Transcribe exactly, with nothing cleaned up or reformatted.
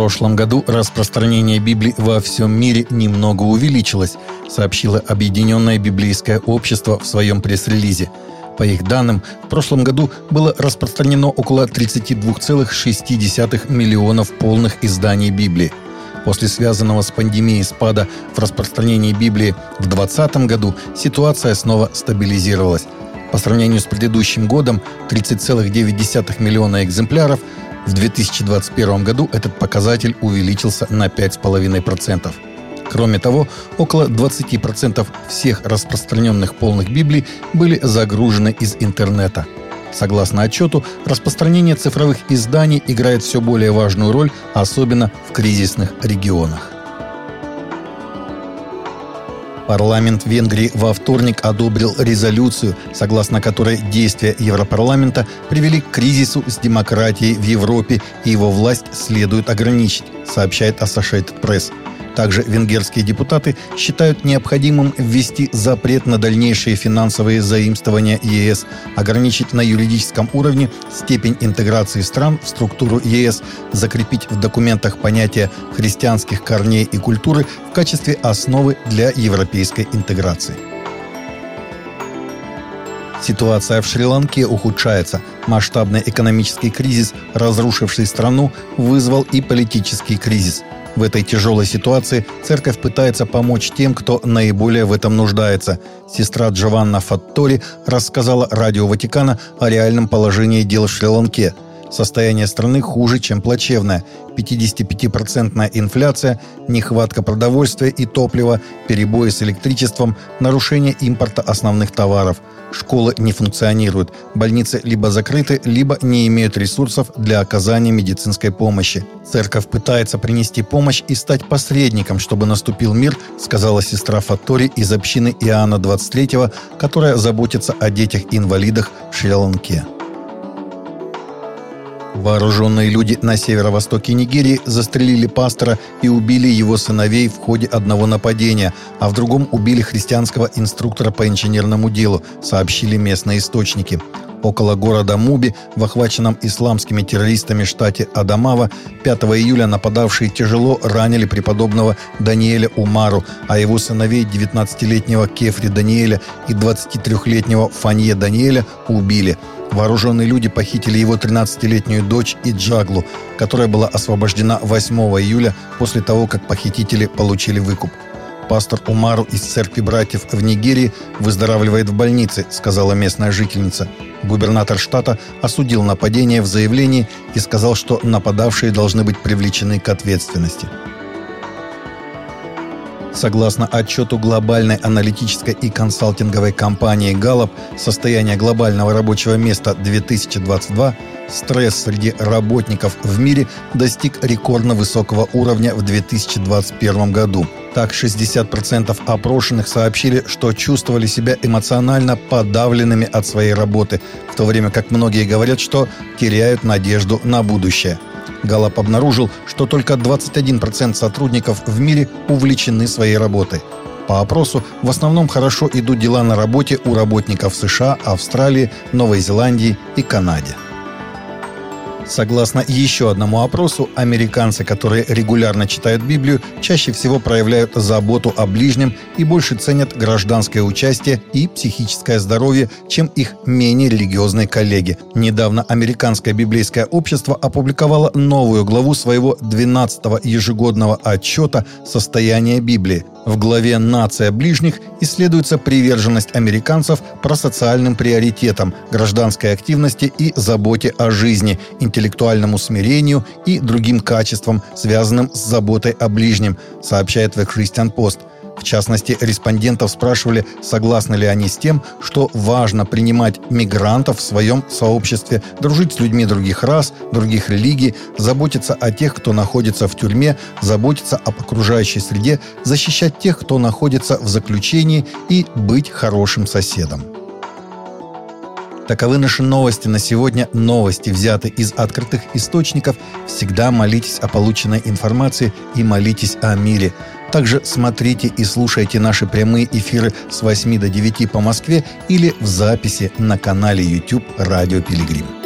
прошлом году распространение Библии во всем мире немного увеличилось, сообщило Объединенное библейское общество в своем пресс-релизе. По их данным, в прошлом году было распространено около тридцать два целых шесть десятых миллионов полных изданий Библии. После связанного с пандемией спада в распространении Библии в двадцатом году ситуация снова стабилизировалась. По сравнению с предыдущим годом тридцать целых девять десятых миллиона экземпляров, в две тысячи двадцать первом году этот показатель увеличился на пять целых пять десятых процента. Кроме того, около двадцать процентов всех распространенных полных Библий были загружены из интернета. Согласно отчету, распространение цифровых изданий играет все более важную роль, особенно в кризисных регионах. Парламент Венгрии во вторник одобрил резолюцию, согласно которой действия Европарламента привели к кризису с демократией в Европе, и его власть следует ограничить, сообщает Associated Press. Также венгерские депутаты считают необходимым ввести запрет на дальнейшие финансовые заимствования ЕС, ограничить на юридическом уровне степень интеграции стран в структуру ЕС, закрепить в документах понятие христианских корней и культуры в качестве основы для европейской интеграции. Ситуация в Шри-Ланке ухудшается. Масштабный экономический кризис, разрушивший страну, вызвал и политический кризис. В этой тяжелой ситуации церковь пытается помочь тем, кто наиболее в этом нуждается. Сестра Джованна Фаттори рассказала Радио Ватикана о реальном положении дел в Шри-Ланке. Состояние страны хуже, чем плачевное. пятидесятипятипроцентная инфляция, нехватка продовольствия и топлива, перебои с электричеством, нарушение импорта основных товаров. Школы не функционируют, больницы либо закрыты, либо не имеют ресурсов для оказания медицинской помощи. Церковь пытается принести помощь и стать посредником, чтобы наступил мир, сказала сестра Фаттори из общины Иоанна двадцать третьего, которая заботится о детях-инвалидах в Шри-Ланке. Вооруженные люди на северо-востоке Нигерии застрелили пастора и убили его сыновей в ходе одного нападения, а в другом убили христианского инструктора по инженерному делу, сообщили местные источники. Около города Муби, в охваченном исламскими террористами штате Адамава, пятого июля нападавшие тяжело ранили преподобного Даниэля Умару, а его сыновей девятнадцатилетнего Кефри Даниэля и двадцатитрёхлетнего Фанье Даниэля убили. Вооруженные люди похитили его тринадцатилетнюю дочь Иджаглу, которая была освобождена восьмого июля после того, как похитители получили выкуп. «Пастор Умару из церкви братьев в Нигерии выздоравливает в больнице», сказала местная жительница. Губернатор штата осудил нападение в заявлении и сказал, что нападавшие должны быть привлечены к ответственности. Согласно отчету глобальной аналитической и консалтинговой компании Gallup «Состояние глобального рабочего места две тысячи двадцать два», стресс среди работников в мире достиг рекордно высокого уровня в две тысячи двадцать первом году. Так, шестьдесят процентов опрошенных сообщили, что чувствовали себя эмоционально подавленными от своей работы, в то время как многие говорят, что теряют надежду на будущее. Галлап обнаружил, что только двадцать один процент сотрудников в мире увлечены своей работой. По опросу в основном хорошо идут дела на работе у работников США, Австралии, Новой Зеландии и Канаде. Согласно еще одному опросу, американцы, которые регулярно читают Библию, чаще всего проявляют заботу о ближнем и больше ценят гражданское участие и психическое здоровье, чем их менее религиозные коллеги. Недавно Американское библейское общество опубликовало новую главу своего двенадцатого ежегодного отчета «Состояние Библии». В главе «Нация ближних» исследуется приверженность американцев просоциальным приоритетам, гражданской активности и заботе о жизни, интеллектуальному смирению и другим качествам, связанным с заботой о ближнем, сообщает The Christian Post. В частности, респондентов спрашивали, согласны ли они с тем, что важно принимать мигрантов в своем сообществе, дружить с людьми других рас, других религий, заботиться о тех, кто находится в тюрьме, заботиться об окружающей среде, защищать тех, кто находится в заключении, и быть хорошим соседом. Таковы наши новости на сегодня. Новости взяты из открытых источников. Всегда молитесь о полученной информации и молитесь о мире. Также смотрите и слушайте наши прямые эфиры с восьми до девяти по Москве или в записи на канале YouTube «Радио Пилигрим».